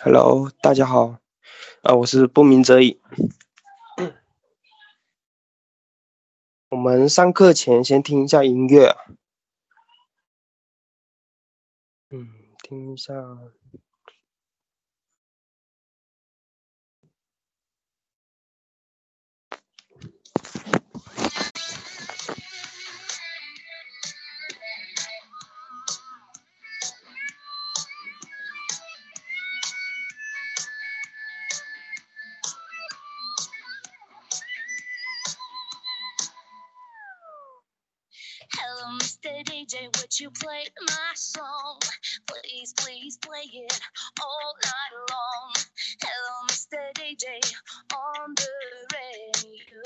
Hello，大家好，我是不鸣则已。我们上课前先听一下音乐，听一下。 Hello, Mr. DJ, would you play my song? Please, please play it all night long. Hello, Mr. DJ, on the radio.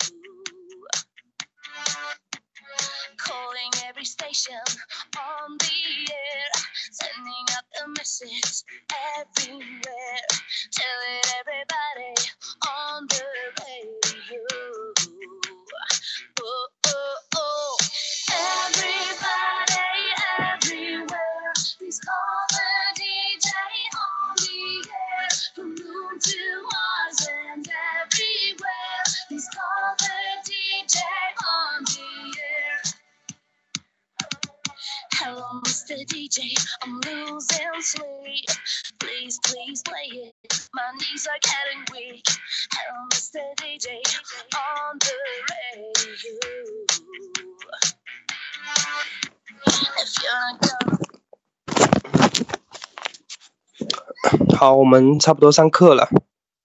Calling every station on the air, sending out a message everywhere, telling everybody on the radio. Oh, oh, oh. Everybody, everywhere, please call the DJ on the air. From noon to Mars and everywhere, please call the DJ on the air. Hello, Mr. DJ, I'm losing sleep. Please, please play it. My knees are getting weak. Hello, Mr. DJ, on the radio. If you're not gonna 好，我们差不多上课了。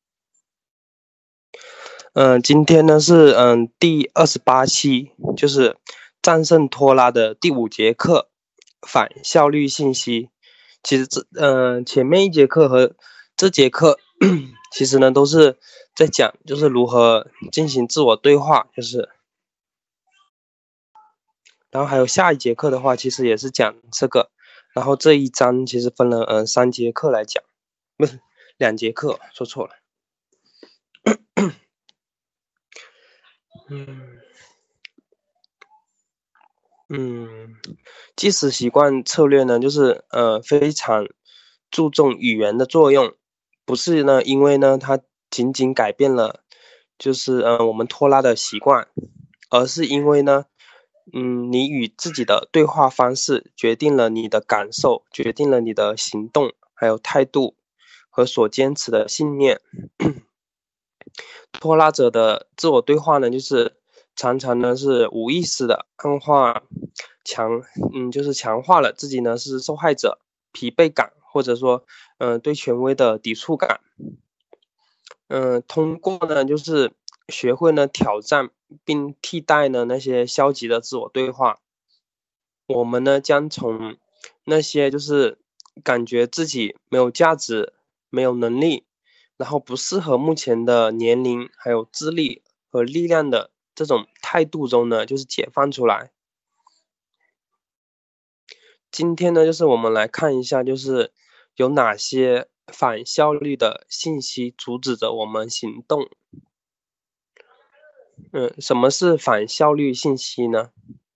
今天呢是第28期，就是战胜拖拉的第5节课，反效率信息。其实前面一节课和这节课其实呢都是在讲就是如何进行自我对话，然后还有下一节课的话其实也是讲这个，然后这一章其实分了3节课来讲，不是2节课，说错了。即时习惯策略呢，就是非常注重语言的作用，不是呢，因为呢它仅仅改变了就是我们拖拉的习惯，而是因为呢，你与自己的对话方式决定了你的感受，决定了你的行动，还有态度和所坚持的信念。拖拉者的自我对话呢，就是常常呢是无意识的暗化就是强化了自己呢是受害者疲惫感，或者说对权威的抵触感。通过呢就是学会呢挑战并替代呢那些消极的自我对话，我们呢将从那些就是感觉自己没有价值、没有能力，然后不适合目前的年龄、还有资历和力量的这种态度中呢，就是解放出来。今天呢，就是我们来看一下，就是有哪些反效率的信息阻止着我们行动。什么是反效率信息呢？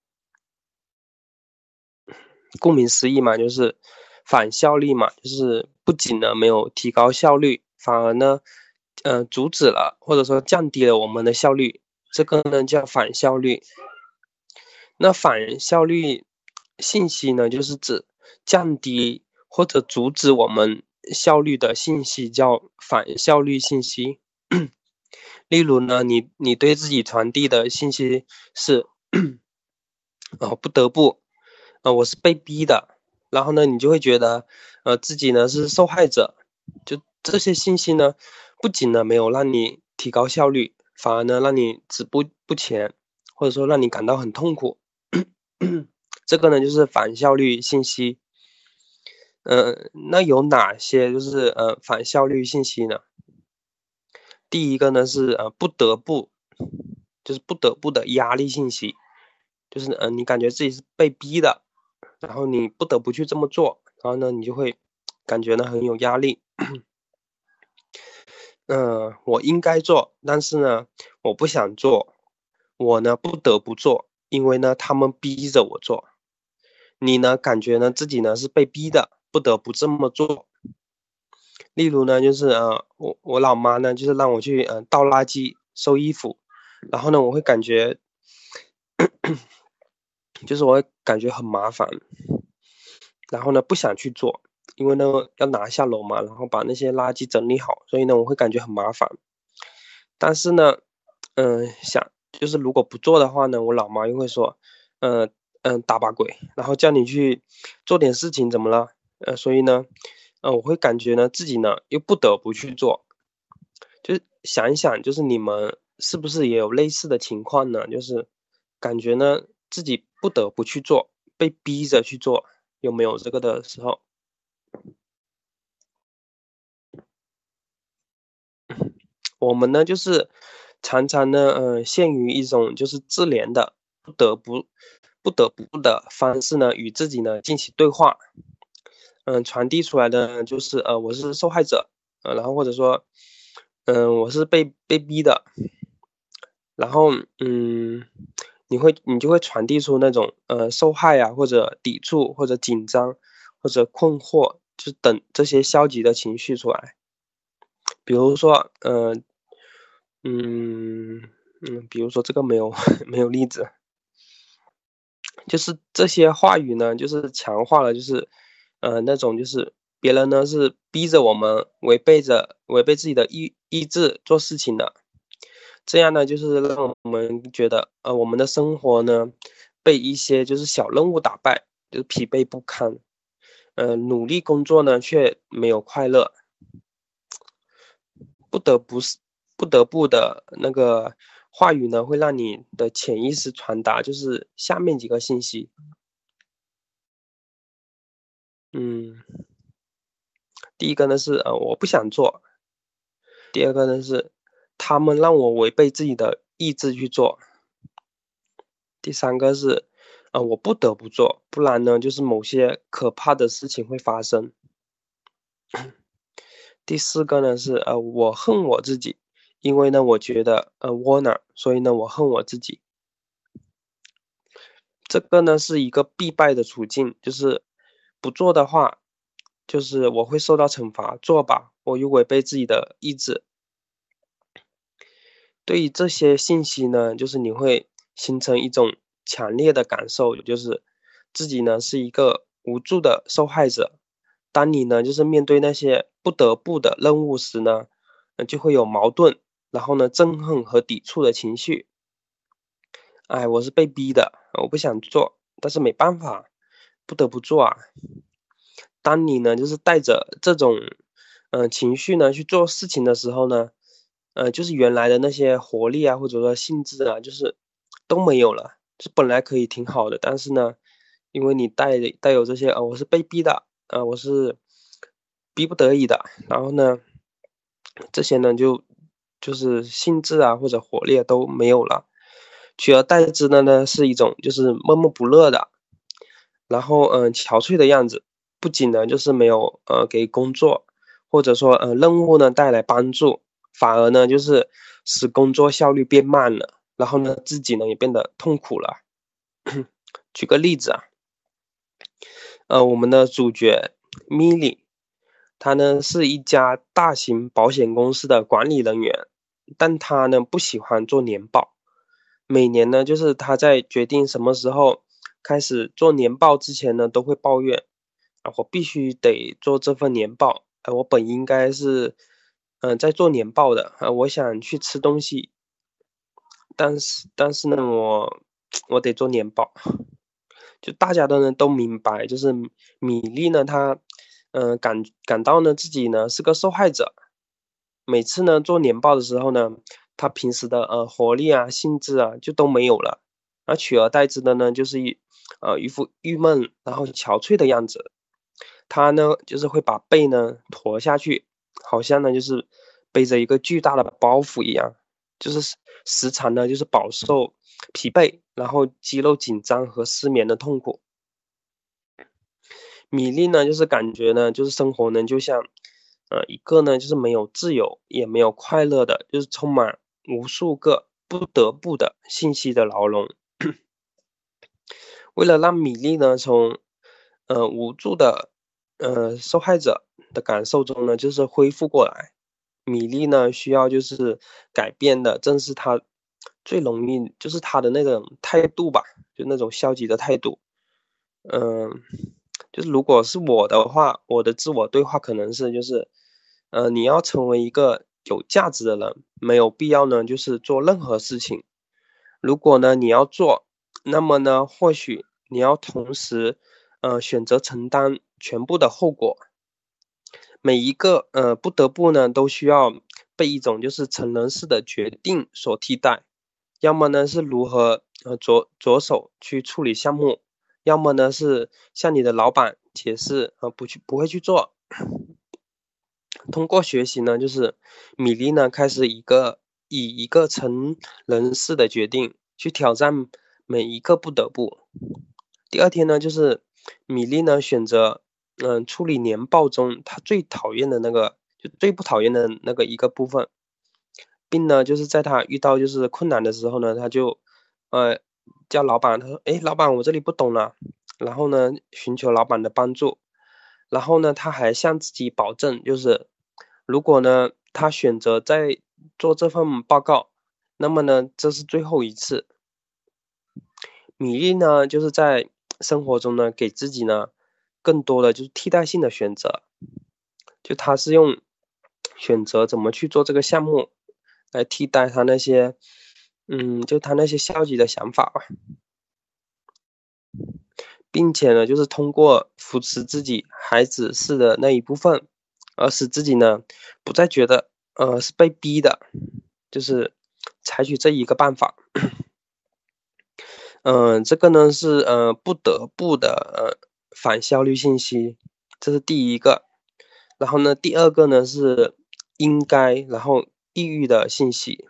顾名思义嘛，就是反效率嘛，就是不仅呢没有提高效率，反而呢，阻止了或者说降低了我们的效率，这个呢叫反效率。那反效率信息呢，就是指降低或者阻止我们效率的信息，叫反效率信息。例如呢，你对自己传递的信息是，不得不，我是被逼的，然后呢，你就会觉得，自己呢是受害者。就这些信息呢，不仅呢没有让你提高效率，反而呢让你止步不前，或者说让你感到很痛苦。这个呢就是反效率信息。那有哪些就是反效率信息呢？第一个呢是不得不，就是不得不的压力信息，就是你感觉自己是被逼的，然后你不得不去这么做，然后呢你就会感觉呢很有压力。我应该做，但是呢我不想做，我呢不得不做，因为呢他们逼着我做。你呢感觉呢自己呢是被逼的，不得不这么做。 例如呢，就是我老妈呢，就是让我去倒垃圾、收衣服，然后呢，我会感觉就是我会感觉很麻烦，然后呢不想去做，因为呢要拿下楼嘛，然后把那些垃圾整理好，所以呢我会感觉很麻烦。但是呢，就是如果不做的话呢，我老妈又会说，打把鬼，然后叫你去做点事情，怎么了？所以呢，我会感觉呢自己呢又不得不去做，就是想一想，就是你们是不是也有类似的情况呢？就是感觉呢自己不得不去做，被逼着去做，有没有这个的时候？我们呢就是常常呢，陷于一种就是自怜的不得不的方式呢，与自己呢进行对话。传递出来的呢就是我是受害者，然后或者说，我是被逼的，然后你就会传递出那种受害啊，或者抵触，或者紧张，或者困惑，就等这些消极的情绪出来。比如说，比如说这个没有没有例子，就是这些话语呢，就是强化了，就是那种就是别人呢是逼着我们违背自己的意志做事情的，这样呢就是让我们觉得我们的生活呢被一些就是小任务打败，就是疲惫不堪，努力工作呢却没有快乐，不得不是不得不的那个话语呢，会让你的潜意识传达就是下面几个信息。嗯，第一个呢是我不想做，第二个呢是他们让我违背自己的意志去做，第三个是我不得不做，不然呢就是某些可怕的事情会发生。第四个呢是我恨我自己，因为呢我觉得窝囊，所以呢我恨我自己。这个呢是一个必败的处境，就是不做的话，就是我会受到惩罚，做吧，我又违背自己的意志。对于这些信息呢，就是你会形成一种强烈的感受，就是自己呢是一个无助的受害者。当你呢就是面对那些不得不的任务时呢，就会有矛盾，然后呢憎恨和抵触的情绪。哎，我是被逼的，我不想做，但是没办法，不得不做啊。当你呢，就是带着这种，情绪呢去做事情的时候呢，就是原来的那些活力啊，或者说兴致啊，就是都没有了。就本来可以挺好的，但是呢，因为你带有这些，我是被逼的，我是逼不得已的，然后呢，这些呢就是兴致啊或者活力啊都没有了，取而代之的呢是一种就是闷闷不乐的，然后憔悴的样子，不仅呢就是没有给工作或者说任务呢带来帮助，反而呢就是使工作效率变慢了，然后呢自己呢也变得痛苦了。举个例子啊，我们的主角米莉，他呢是一家大型保险公司的管理人员，但他呢不喜欢做年报。每年呢，就是他在决定什么时候开始做年报之前呢，都会抱怨啊，我必须得做这份年报，我本应该是在做年报的啊，我想去吃东西，但是呢，我得做年报。就大家都明白，就是米粒呢，她感到呢自己呢是个受害者，每次呢做年报的时候呢，她平时的活力啊、兴致啊就都没有了，而取而代之的呢就是一副郁闷然后憔悴的样子。她呢就是会把背呢驼下去，好像呢就是背着一个巨大的包袱一样，就是时常呢就是饱受疲惫，然后肌肉紧张和失眠的痛苦。米粒呢，就是感觉呢，就是生活呢，就像，一个呢，就是没有自由，也没有快乐的，就是充满无数个不得不的信息的牢笼。为了让米粒呢，从，无助的，受害者的感受中呢，就是恢复过来。米粒呢需要就是改变的，正是他最容易就是他的那种态度吧，就那种消极的态度。就是如果是我的话，我的自我对话可能是就是，你要成为一个有价值的人，没有必要呢就是做任何事情。如果呢你要做，那么呢或许你要同时，选择承担全部的后果。每一个不得不呢都需要被一种就是成人式的决定所替代，要么呢是如何着手去处理项目，要么呢是向你的老板解释不会去做。通过学习呢，就是米粒呢开始以一个成人式的决定去挑战每一个不得不。第二天呢，就是米粒呢选择处理年报中他最讨厌的那个，就最不讨厌的那个一个部分，并呢就是在他遇到就是困难的时候呢，他就叫老板，他说：“哎，老板，我这里不懂了。”然后呢，寻求老板的帮助。然后呢，他还向自己保证，就是如果呢他选择再做这份报告，那么呢这是最后一次。米粒呢就是在生活中呢给自己呢更多的就是替代性的选择，就他是用选择怎么去做这个项目来替代他那些就他那些消极的想法吧。并且呢，就是通过扶持自己孩子式的那一部分，而使自己呢不再觉得是被逼的，就是采取这一个办法。这个呢是不得不的反效率信息，这是第一个。然后呢，第二个呢是应该，然后抑郁的信息。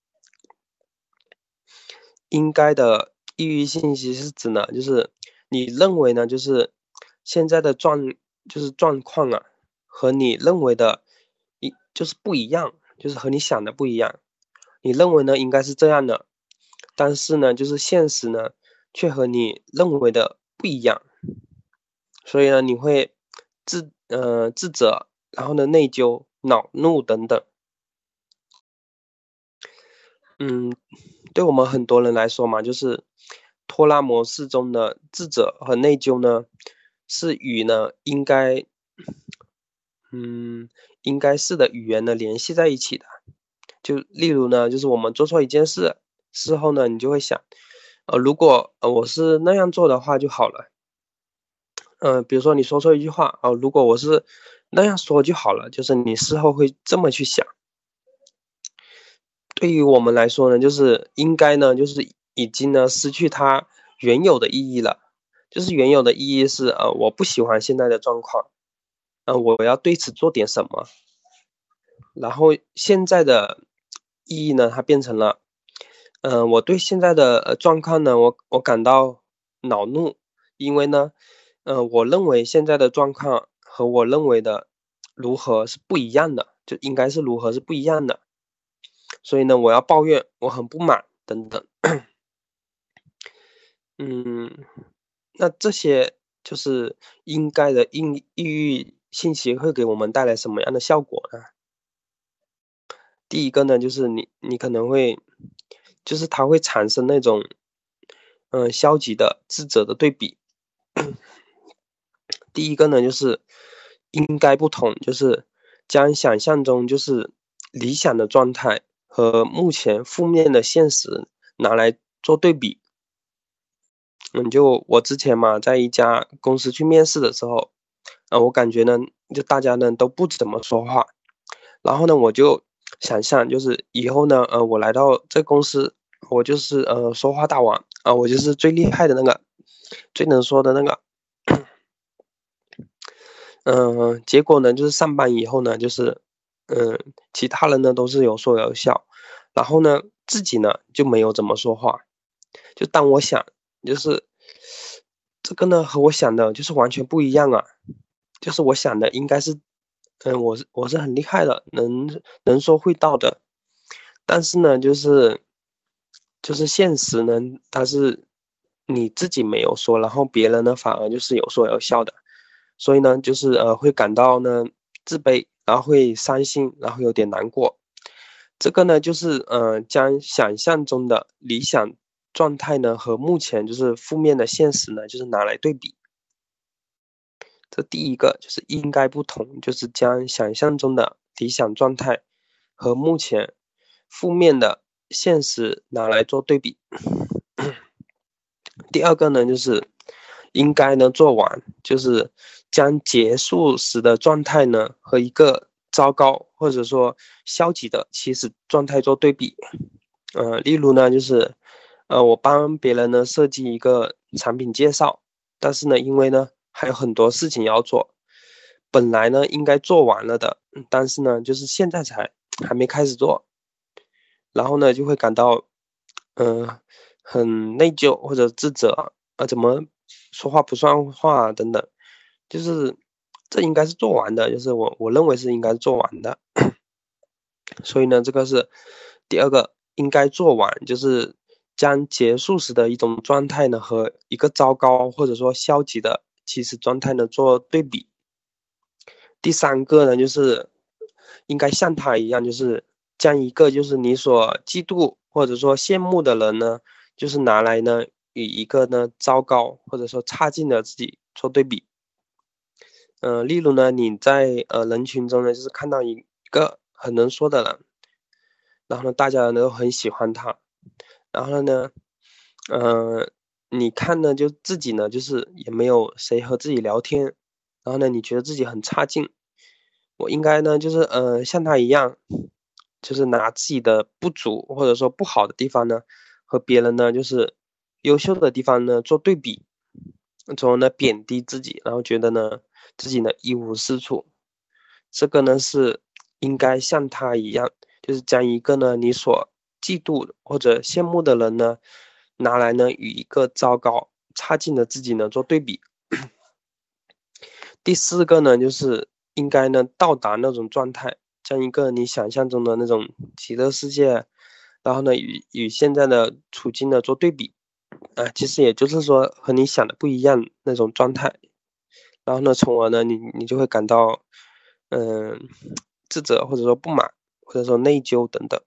应该的抑郁信息是指呢，就是你认为呢，就是现在的状况啊，和你认为的就是不一样，就是和你想的不一样。你认为呢应该是这样的，但是呢，就是现实呢却和你认为的不一样，所以呢你会自责，然后呢内疚、恼怒等等。对我们很多人来说嘛，就是拖拉模式中的自责和内疚呢，是与呢应该是的语言呢联系在一起的。就例如呢，就是我们做错一件事，事后呢，你就会想，如果我是那样做的话就好了。比如说你说错一句话，如果我是那样说就好了，就是你事后会这么去想。对于我们来说呢，就是应该呢，就是已经呢失去它原有的意义了。就是原有的意义是，我不喜欢现在的状况，我要对此做点什么。然后现在的意义呢，它变成了，我对现在的状况呢，我感到恼怒，因为呢，我认为现在的状况和我认为的如何是不一样的，就应该是如何是不一样的。所以呢，我要抱怨，我很不满等等。嗯，那这些就是应该的抑郁信息会给我们带来什么样的效果呢？第一个呢，就是你可能会，就是它会产生那种消极的自责的对比。第一个呢，就是应该不同，就是将想象中就是理想的状态和目前负面的现实拿来做对比。就我之前嘛，在一家公司去面试的时候，我感觉呢，就大家呢都不怎么说话，然后呢，我就想象就是以后呢，我来到这公司，我就是说话大王啊，我就是最厉害的那个，最能说的那个。结果呢，就是上班以后呢，就是其他人呢都是有说有笑，然后呢，自己呢就没有怎么说话。就当我想，就是这个呢和我想的就是完全不一样啊。就是我想的应该是，我是很厉害的，能说会道的，但是呢，就是现实呢，它是你自己没有说，然后别人呢反而就是有说有笑的，所以呢，就是会感到呢自卑，然后会伤心，然后有点难过。这个呢，就是将想象中的理想状态呢和目前就是负面的现实呢，就是拿来对比。这第一个就是应该不同，就是将想象中的理想状态和目前负面的现实拿来做对比。第二个呢，就是应该呢做完，就是将结束时的状态呢和一个糟糕或者说消极的起始状态做对比。例如呢，就是我帮别人呢设计一个产品介绍，但是呢，因为呢还有很多事情要做，本来呢应该做完了的，但是呢就是现在还没开始做，然后呢就会感到很内疚或者自责怎么说话不算话等等，就是这应该是做完的，就是我认为是应该做完的。所以呢，这个是第二个应该做完，就是将结束时的一种状态呢和一个糟糕或者说消极的起始状态呢做对比。第三个呢，就是应该像他一样，就是将一个就是你所嫉妒或者说羡慕的人呢，就是拿来呢与一个呢糟糕或者说差劲的自己做对比。例如呢，你在人群中呢，就是看到一个很能说的人，然后呢，大家都很喜欢他，然后呢，你看呢，就自己呢，就是也没有谁和自己聊天，然后呢，你觉得自己很差劲，我应该呢，就是像他一样，就是拿自己的不足或者说不好的地方呢，和别人呢，就是优秀的地方呢做对比，从而呢贬低自己，然后觉得呢自己呢一无是处。这个呢是应该像他一样，就是将一个呢你所嫉妒或者羡慕的人呢，拿来呢与一个糟糕差劲的自己呢做对比。第四个呢，就是应该呢到达那种状态，将一个你想象中的那种极乐世界，然后呢与现在的处境呢做对比，其实也就是说和你想的不一样那种状态，然后呢，从而呢你就会感到自责或者说不满或者说内疚等等。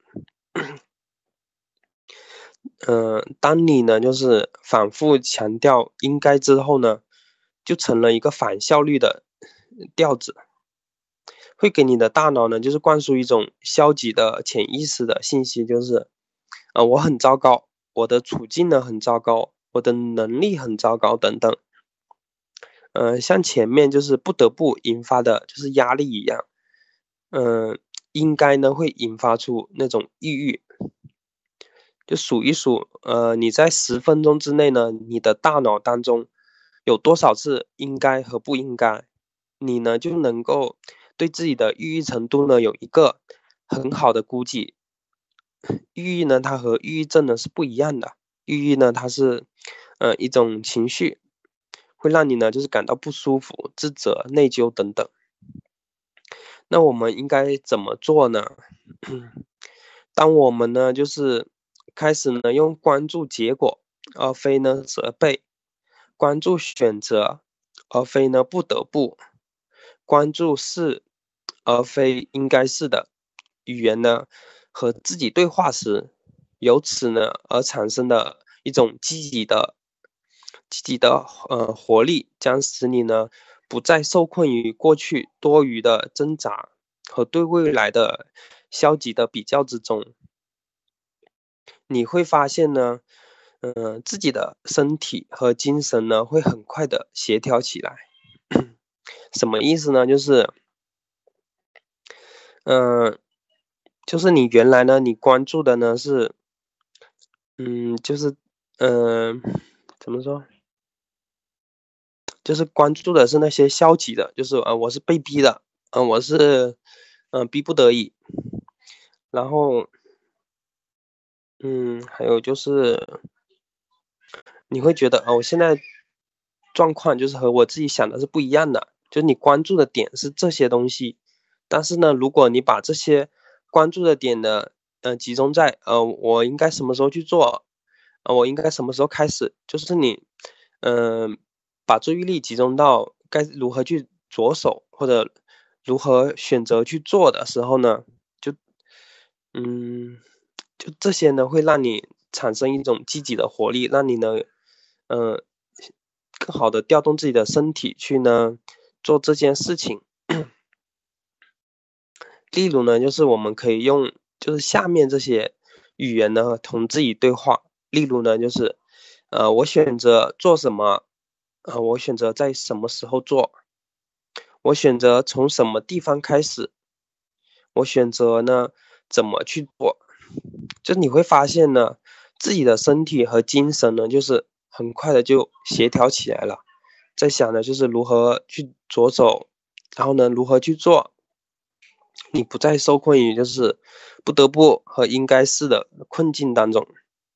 当你呢就是反复强调应该之后呢，就成了一个反效率的调子，会给你的大脑呢就是灌输一种消极的潜意识的信息，就是我很糟糕，我的处境呢很糟糕，我的能力很糟糕等等。像前面就是不得不引发的就是压力一样，应该呢会引发出那种抑郁。就数一数，你在10分钟之内呢，你的大脑当中有多少次应该和不应该，你呢就能够对自己的抑郁程度呢有一个很好的估计。抑郁呢，它和抑郁症呢是不一样的。抑郁呢，它是一种情绪，会让你呢就是感到不舒服、自责、内疚等等。那我们应该怎么做呢？当我们呢就是开始呢用关注结果，而非呢责备；关注选择，而非呢不得不；关注是，而非应该是的语言呢和自己对话时，由此呢而产生的一种积极的活力，将使你呢不再受困于过去多余的挣扎和对未来的消极的比较之中。你会发现呢，自己的身体和精神呢会很快的协调起来。什么意思呢？就是，嗯、就是你原来呢，你关注的呢是，就是，嗯、怎么说？就是关注的是那些消极的，就是我是被逼的，我是逼不得已，然后还有就是你会觉得我现在状况就是和我自己想的是不一样的，就是你关注的点是这些东西，但是呢，如果你把这些关注的点呢，集中在我应该什么时候去做，我应该什么时候开始，就是你把注意力集中到该如何去着手或者如何选择去做的时候呢，就这些呢会让你产生一种积极的活力，让你呢更好的调动自己的身体去呢做这件事情。例如呢，就是我们可以用就是下面这些语言呢同自己对话。例如呢，就是我选择做什么，我选择在什么时候做，我选择从什么地方开始，我选择呢怎么去做。就你会发现呢，自己的身体和精神呢，就是很快的就协调起来了。在想的就是如何去着手，然后呢，如何去做，你不再受困于就是不得不和应该是的困境当中。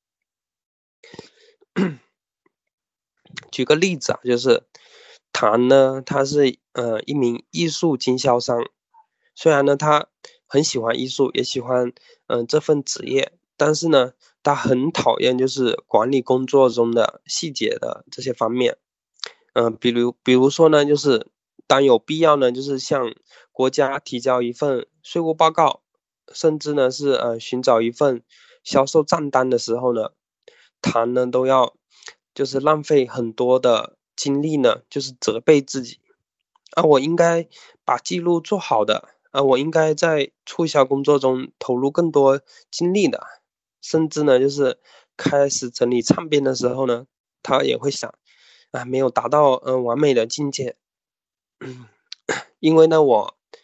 举个例子啊，就是谭呢，他是一名艺术经销商，虽然呢他很喜欢艺术，也喜欢这份职业，但是呢他很讨厌就是管理工作中的细节的这些方面。比如说呢，就是当有必要呢，就是向国家提交一份税务报告，甚至呢是寻找一份销售账单的时候呢，谭呢都要就是浪费很多的精力呢，就是责备自己我应该把记录做好的我应该在促销工作中投入更多精力的，甚至呢就是开始整理唱片的时候呢，他也会想没有达到完美的境界，因为呢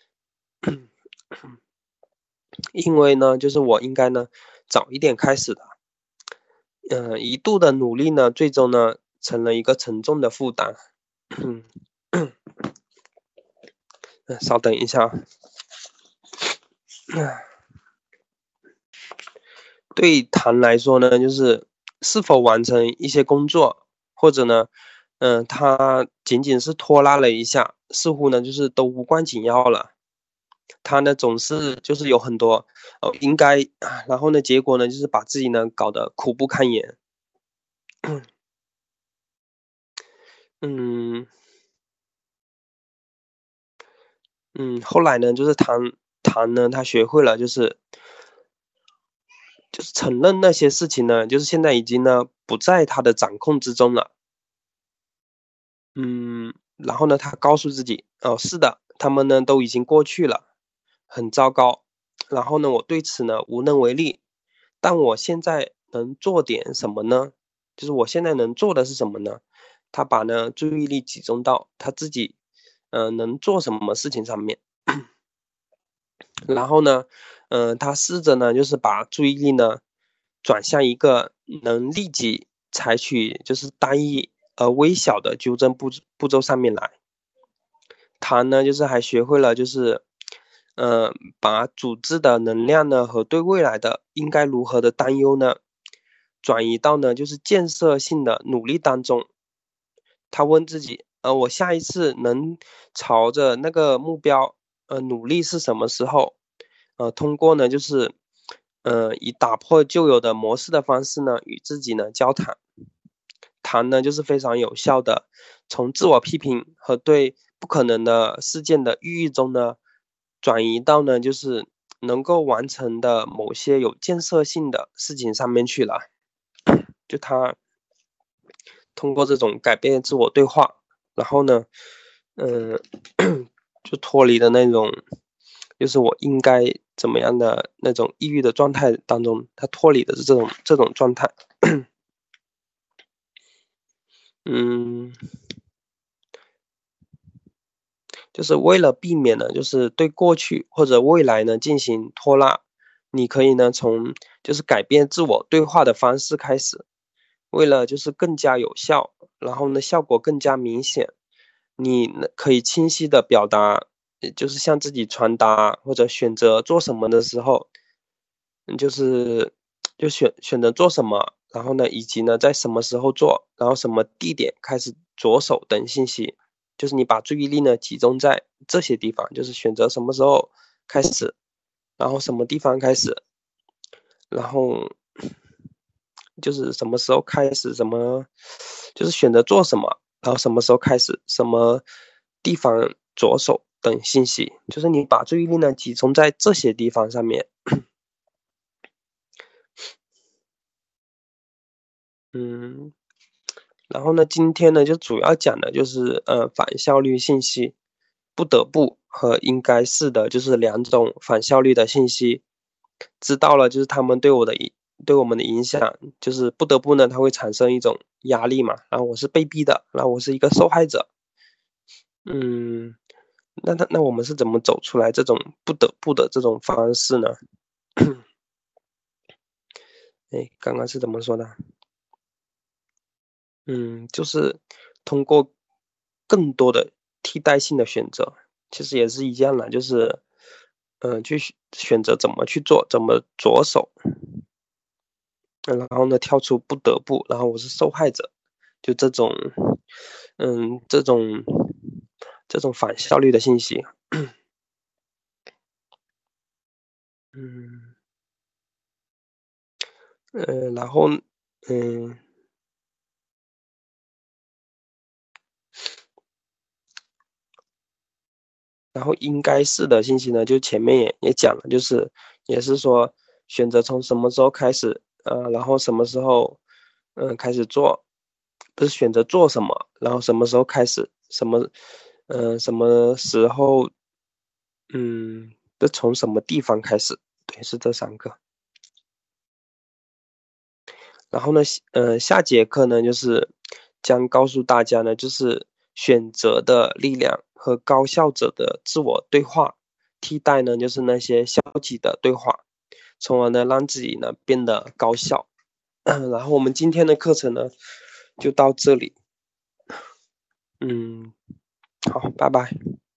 就是我应该呢早一点开始的，一度的努力呢，最终呢成了一个沉重的负担。稍等一下。对谭来说呢，就是是否完成一些工作，或者呢，他仅仅是拖拉了一下，似乎呢就是都无关紧要了。他呢总是就是有很多应该，然后呢结果呢就是把自己呢搞得苦不堪言。后来呢就是谭呢他学会了就是承认那些事情呢，就是现在已经呢不在他的掌控之中了。然后呢，他告诉自己，是的，他们呢都已经过去了，很糟糕。然后呢，我对此呢无能为力。但我现在能做点什么呢？就是我现在能做的是什么呢？他把呢注意力集中到他自己，能做什么事情上面。然后呢，他试着呢，就是把注意力呢转向一个能立即采取就是单一微小的纠正步骤上面来。他呢，就是还学会了就是把组织的能量呢和对未来的应该如何的担忧呢，转移到呢就是建设性的努力当中。他问自己，我下一次能朝着那个目标努力是什么时候？通过呢就是以打破旧有的模式的方式呢与自己呢交谈。谈呢就是非常有效的从自我批评和对不可能的事件的抑郁中呢转移到呢就是能够完成的某些有建设性的事情上面去了。就他通过这种改变自我对话，然后呢就脱离的那种就是我应该怎么样的那种抑郁的状态当中，他脱离的是这种状态。就是为了避免呢，就是对过去或者未来呢进行拖拉，你可以呢从就是改变自我对话的方式开始，为了就是更加有效，然后呢效果更加明显，你可以清晰的表达，就是向自己传达或者选择做什么的时候，就选择做什么，然后呢以及呢在什么时候做，然后什么地点开始着手等信息。就是你把注意力呢集中在这些地方，就是选择什么时候开始，然后什么地方开始，然后就是什么时候开始，就是选择做什么，然后什么时候开始，什么地方着手， 等信息，就是你把注意力呢集中在这些地方上面。然后呢，今天呢就主要讲的就是反效率信息，不得不和应该是的，就是两种反效率的信息。知道了，就是他们对我们的影响，就是不得不呢，它会产生一种压力嘛。然后我是被逼的，然后我是一个受害者。那我们是怎么走出来这种不得不的这种方式呢？哎，刚刚是怎么说的？就是通过更多的替代性的选择，其实也是一样的，就是去选择怎么去做，怎么着手，然后呢跳出不得不，然后我是受害者，就这种，嗯，这种这种反效率的信息，嗯然后嗯。然后应该是的信息呢，就前面也讲了，就是也是说选择从什么时候开始，然后什么时候，开始做，不是选择做什么，然后什么时候开始，什么时候，不是从什么地方开始，对，是这三个。然后呢，下节课呢，就是将告诉大家呢，就是选择的力量和高效者的自我对话，替代呢就是那些消极的对话，从而呢让自己呢变得高效。然后我们今天的课程呢就到这里，嗯，好，拜拜。